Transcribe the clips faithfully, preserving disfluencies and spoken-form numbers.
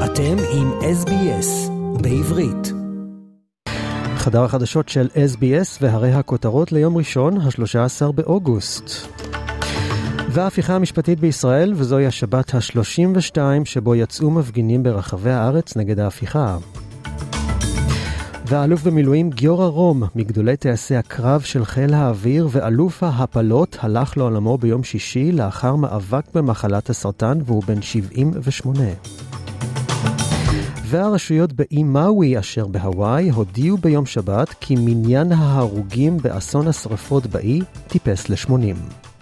אתם עם אס בי אס בעברית. חדר החדשות של אס בי אס והרי הכותרות ליום ראשון, ה-שלושה עשר באוגוסט. וההפיכה המשפטית בישראל, וזוהי השבת ה-שלושים ושתיים שבו יצאו מפגינים ברחבי הארץ נגד ההפיכה. והאלוף במילואים גיורא רום, מגדולי טייסי הקרב של חיל האוויר ואלוף ההפלות, הלך לעולמו ביום שישי לאחר מאבק במחלת הסרטן והוא בן שבעים ושמונה. והרשויות באי מאווי אשר בהוואי הודיעו ביום שבת כי מניין ההרוגים באסון השרפות באי טיפס ל-שמונים.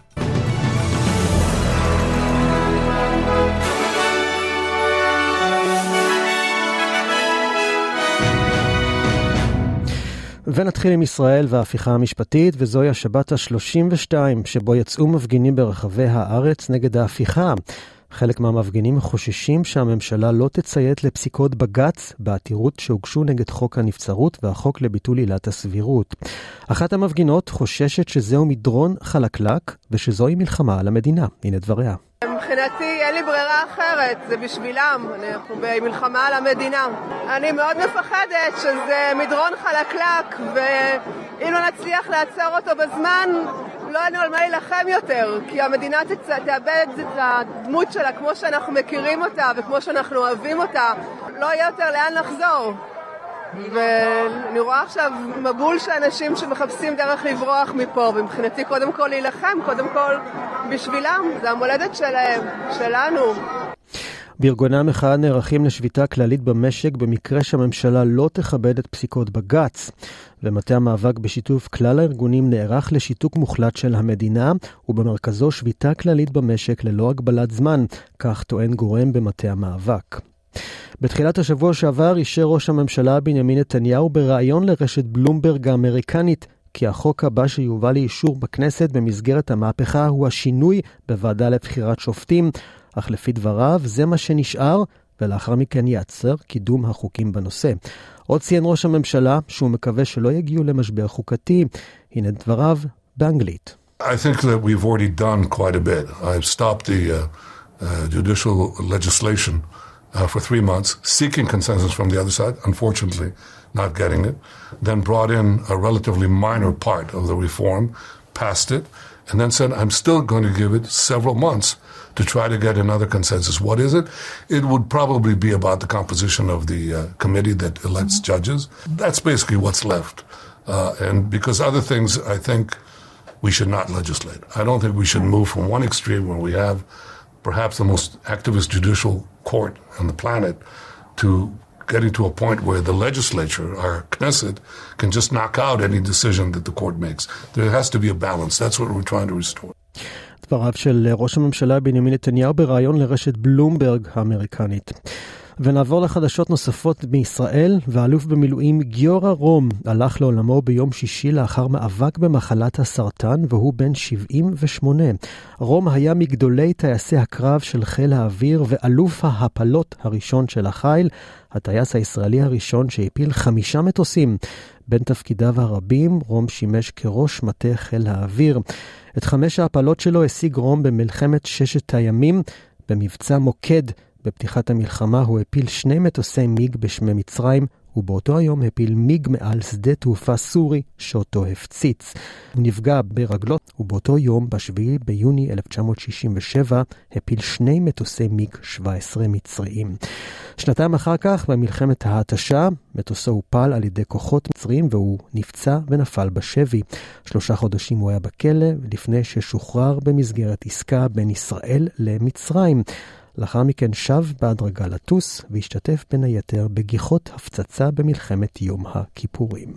ונתחיל עם ישראל וההפיכה המשפטית, וזוהי השבת ה-שלושים ושתיים שבו יצאו מפגינים ברחבי הארץ נגד ההפיכה. חלק מהמפגינים חוששים שהממשלה לא תציית לפסיקות בג"ץ בעתירות שהוגשו נגד חוק הנבצרות והחוק לביטול עילת הסבירות. אחת המפגינות חוששת שזהו מדרון חלקלק ושזוהי מלחמה על המדינה. הנה דבריה. מבחינתי אין לי ברירה אחרת, זה בשבילם, אנחנו במלחמה על המדינה. אני מאוד מפחדת שזה מדרון חלקלק, ואם לא נצליח לעצור אותו בזמן, לא ידענו על מה להילחם יותר, כי המדינה תאבד את הדמות שלה כמו שאנחנו מכירים אותה וכמו שאנחנו אוהבים אותה, לא יהיה יותר לאן לחזור. ואני רואה עכשיו מבול של אנשים שמחפשים דרך לברוח מפה, ומבחינתי קודם כל להילחם, קודם כל בשבילם, זה המולדת שלהם, שלנו. בארגוני המחאה נערכים לשביתה כללית במשק במקרה שהממשלה לא תכבד את פסיקות בג"ץ. ומטה המאבק בשיתוף כלל הארגונים נערך לשיתוק מוחלט של המדינה, ובמרכזו שביתה כללית במשק ללא הגבלת זמן, כך טוען גורם במטה המאבק. בתחילת השבוע שעבר אישר ראש הממשלה בנימין נתניהו בראיון לרשת בלומברג האמריקנית כי החוק הבא שיובא לאישור בכנסת במסגרת המהפכה הוא השינוי בוועדה לבחירת שופטים, אך לפי דבריו זה מה שנשאר ולאחר מכן יעצר קידום החוקים בנושא. עוד ציין ראש הממשלה שהוא מקווה שלא יגיעו למשבר חוקתי. הנה דבריו באנגלית. I think that we've already done quite a bit. I've stopped the uh, uh, judicial legislation Uh, for three months, seeking consensus from the other side, unfortunately not getting it, then brought in a relatively minor part of the reform, passed it, and then said, I'm still going to give it several months to try to get another consensus. What is it? It would probably be about the composition of the uh, committee that elects judges. That's basically what's left. Uh, and because other things, I think we should not legislate. I don't think we should move from one extreme where we have perhaps the most activist judicial court on the planet to getting to a point where the legislature, our Knesset, can just knock out any decision that the court makes. There has to be a balance. That's what we're trying to restore. דבריו של ראש הממשלה בנימין נתניהו בראיון לרשת בלומברג האמריקנית. ונעבור לחדשות נוספות מישראל, והאלוף במילואים גיורא רום הלך לעולמו ביום שישי לאחר מאבק במחלת הסרטן והוא בן שבעים ושמונה. רום היה מגדולי טייסי הקרב של חיל האוויר ואלוף ההפלות הראשון של החיל, הטייס הישראלי הראשון שהפיל חמישה מטוסים. בין תפקידיו הרבים, רום שימש כראש מטה חיל האוויר. את חמש ההפלות שלו השיג רום במלחמת ששת הימים, במבצע מוקד. בפתיחת המלחמה הוא הפיל שני מטוסי מיג בשמי מצרים, ובאותו היום הפיל מיג מעל שדה תעופה סורי שאותו הפציץ. הוא נפגע ברגלות, ובאותו יום, בשביעי ביוני אלף תשע מאות שישים ושבע, הפיל שני מטוסי מיג שבע עשרה מצריים. שנתיים אחר כך, במלחמת ההתשה, מטוסו הופל על ידי כוחות מצריים, והוא נפצע ונפל בשבי. שלושה חודשים הוא היה בכלא, לפני ששוחרר במסגרת עסקה בין ישראל למצרים. לאחר מכן שב בהדרגה לטוס והשתתף בין היתר בגיחות הפצצה במלחמת יום הכיפורים.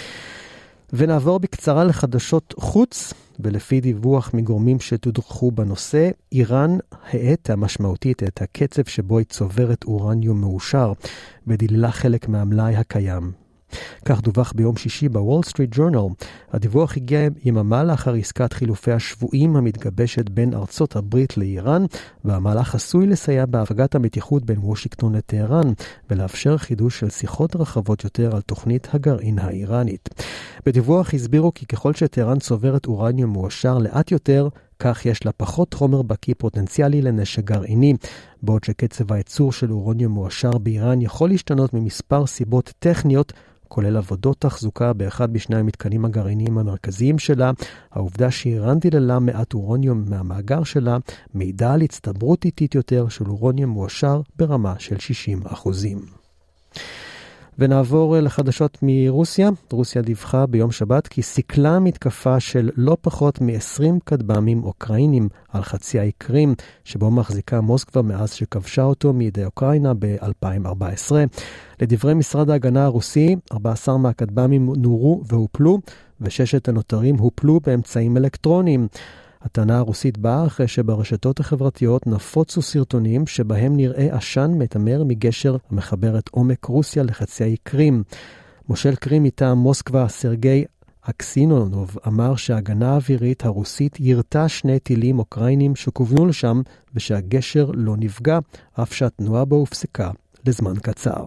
ונעבור בקצרה לחדשות חוץ, ולפי דיווח מגורמים שתודרכו בנושא, איראן העט המשמעותית את הקצב שבו היא צוברת אורניום מאושר, ודיללה חלק מהמלאי הקיים. כך דווח ביום שישי בוול סטריט ג'ורנל. הדיווח הגיע יממה לאחר עסקת חילופי השבויים המתגבשת בין ארצות הברית לאיראן, והמהלך עשוי לסייע בהפגת המתיחות בין וושינגטון לטהרן, ולאפשר חידוש של שיחות רחבות יותר על תוכנית הגרעין האיראנית. בדיווח הסבירו כי ככל שטהרן צוברת אורניום מועשר לאט יותר, כך יש לה פחות חומר בקי פוטנציאלי לנשק גרעיני, בעוד שקצב הייצור של אורניום מועשר באיראן יכול להשתנות ממספר סיבות טכניות, כולל עבודות תחזוקה באחד בשני המתקנים הגרעיניים המרכזיים שלה. העובדה שאיראן דיללה מעט אורניום מהמאגר שלה מעידה על הצטברות איטית יותר של אורניום מועשר ברמה של שישים אחוזים. ונעבור לחדשות מרוסיה. רוסיה דיווחה ביום שבת כי סיכלה מתקפה של לא פחות מ-עשרים כטב"מים אוקראינים על חצי האי קרים, שבו מחזיקה מוסקבה מאז שכבשה אותו מידי אוקראינה ב-אלפיים וארבע עשרה. לדברי משרד ההגנה הרוסי, ארבעה עשר מהכטב"מים נורו והופלו, וששת הנותרים הופלו באמצעים אלקטרוניים. הטענה הרוסית באה אחרי שברשתות החברתיות נפוצו סרטונים שבהם נראה עשן מתאמר מגשר המחבר את עומק רוסיה לחצי האי קרים. מושל קרים מטעם מוסקבה סרגי אקסינונוב אמר שההגנה האווירית הרוסית ירתה שני טילים אוקראינים שכוונו לשם ושהגשר לא נפגע, אף שהתנועה בו הופסקה לזמן קצר.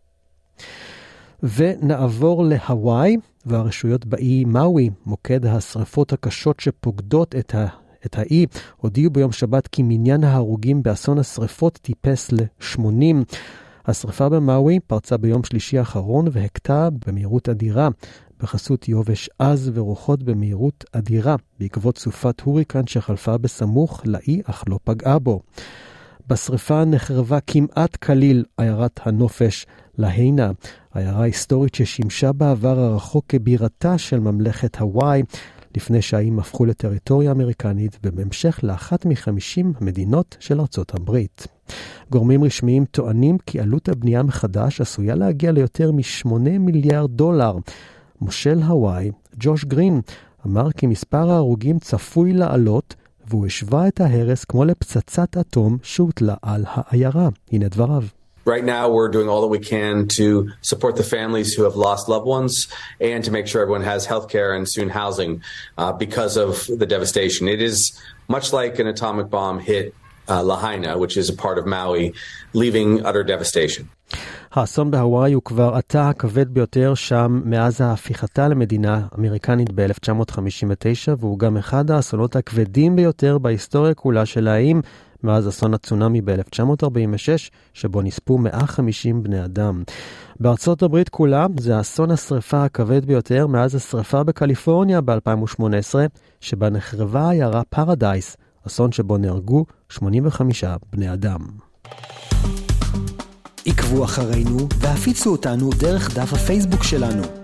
ונעבור להוואי, והרשויות באי מאוי, מוקד השרפות הקשות שפוקדות את, ה, את האי, הודיעו ביום שבת כי מניין ההרוגים באסון השרפות טיפס ל-שמונים. השרפה במאוי פרצה ביום שלישי האחרון והקטה במהירות אדירה, בחסות יובש עז ורוחות במהירות אדירה, בעקבות סופת הוריקן שחלפה בסמוך לאי אך לא פגעה בו. בשרפה נחרבה כמעט כליל עיירת הנופש להינה, העיירה היסטורית ששימשה בעבר הרחוק כבירתה של ממלכת הוואי, לפני שהאיים הפכו לטריטוריה אמריקנית ובהמשך לאחת מחמישים מדינות של ארצות הברית. גורמים רשמיים טוענים כי עלות הבנייה מחדש עשויה להגיע ליותר משמונה מיליארד דולר. מושל הוואי, ג'וש גרין, אמר כי מספר ההרוגים צפוי לעלות, והוא השווה את ההרס כמו לפצצת אטום שהוטלה על העיירה. הנה דבריו. Right now, we're doing all that we can to support the families who have lost loved ones and to make sure everyone has health care and soon housing uh, because of the devastation. It is much like an atomic bomb hit uh, Lahaina, which is a part of Maui, leaving utter devastation. האסון בהוואי הוא כבר עתה הכבד ביותר שם מאז ההפיכתה למדינה אמריקנית ב-אלף תשע מאות חמישים ותשע, והוא גם אחד האסונות הכבדים ביותר בהיסטוריה כולה של האיים, מאז אסון הצונמי ב-אלף תשע מאות ארבעים ושש, שבו נספו מאה וחמישים בני אדם. בארצות הברית כולה זה אסון השריפה הכבד ביותר מאז השריפה בקליפורניה ב-אלפיים ושמונה עשרה, שבה נחרבה העיירה פרדייס, אסון שבו נהרגו שמונים וחמישה בני אדם. עקבו אחרינו והפיצו אותנו דרך דף הפייסבוק שלנו.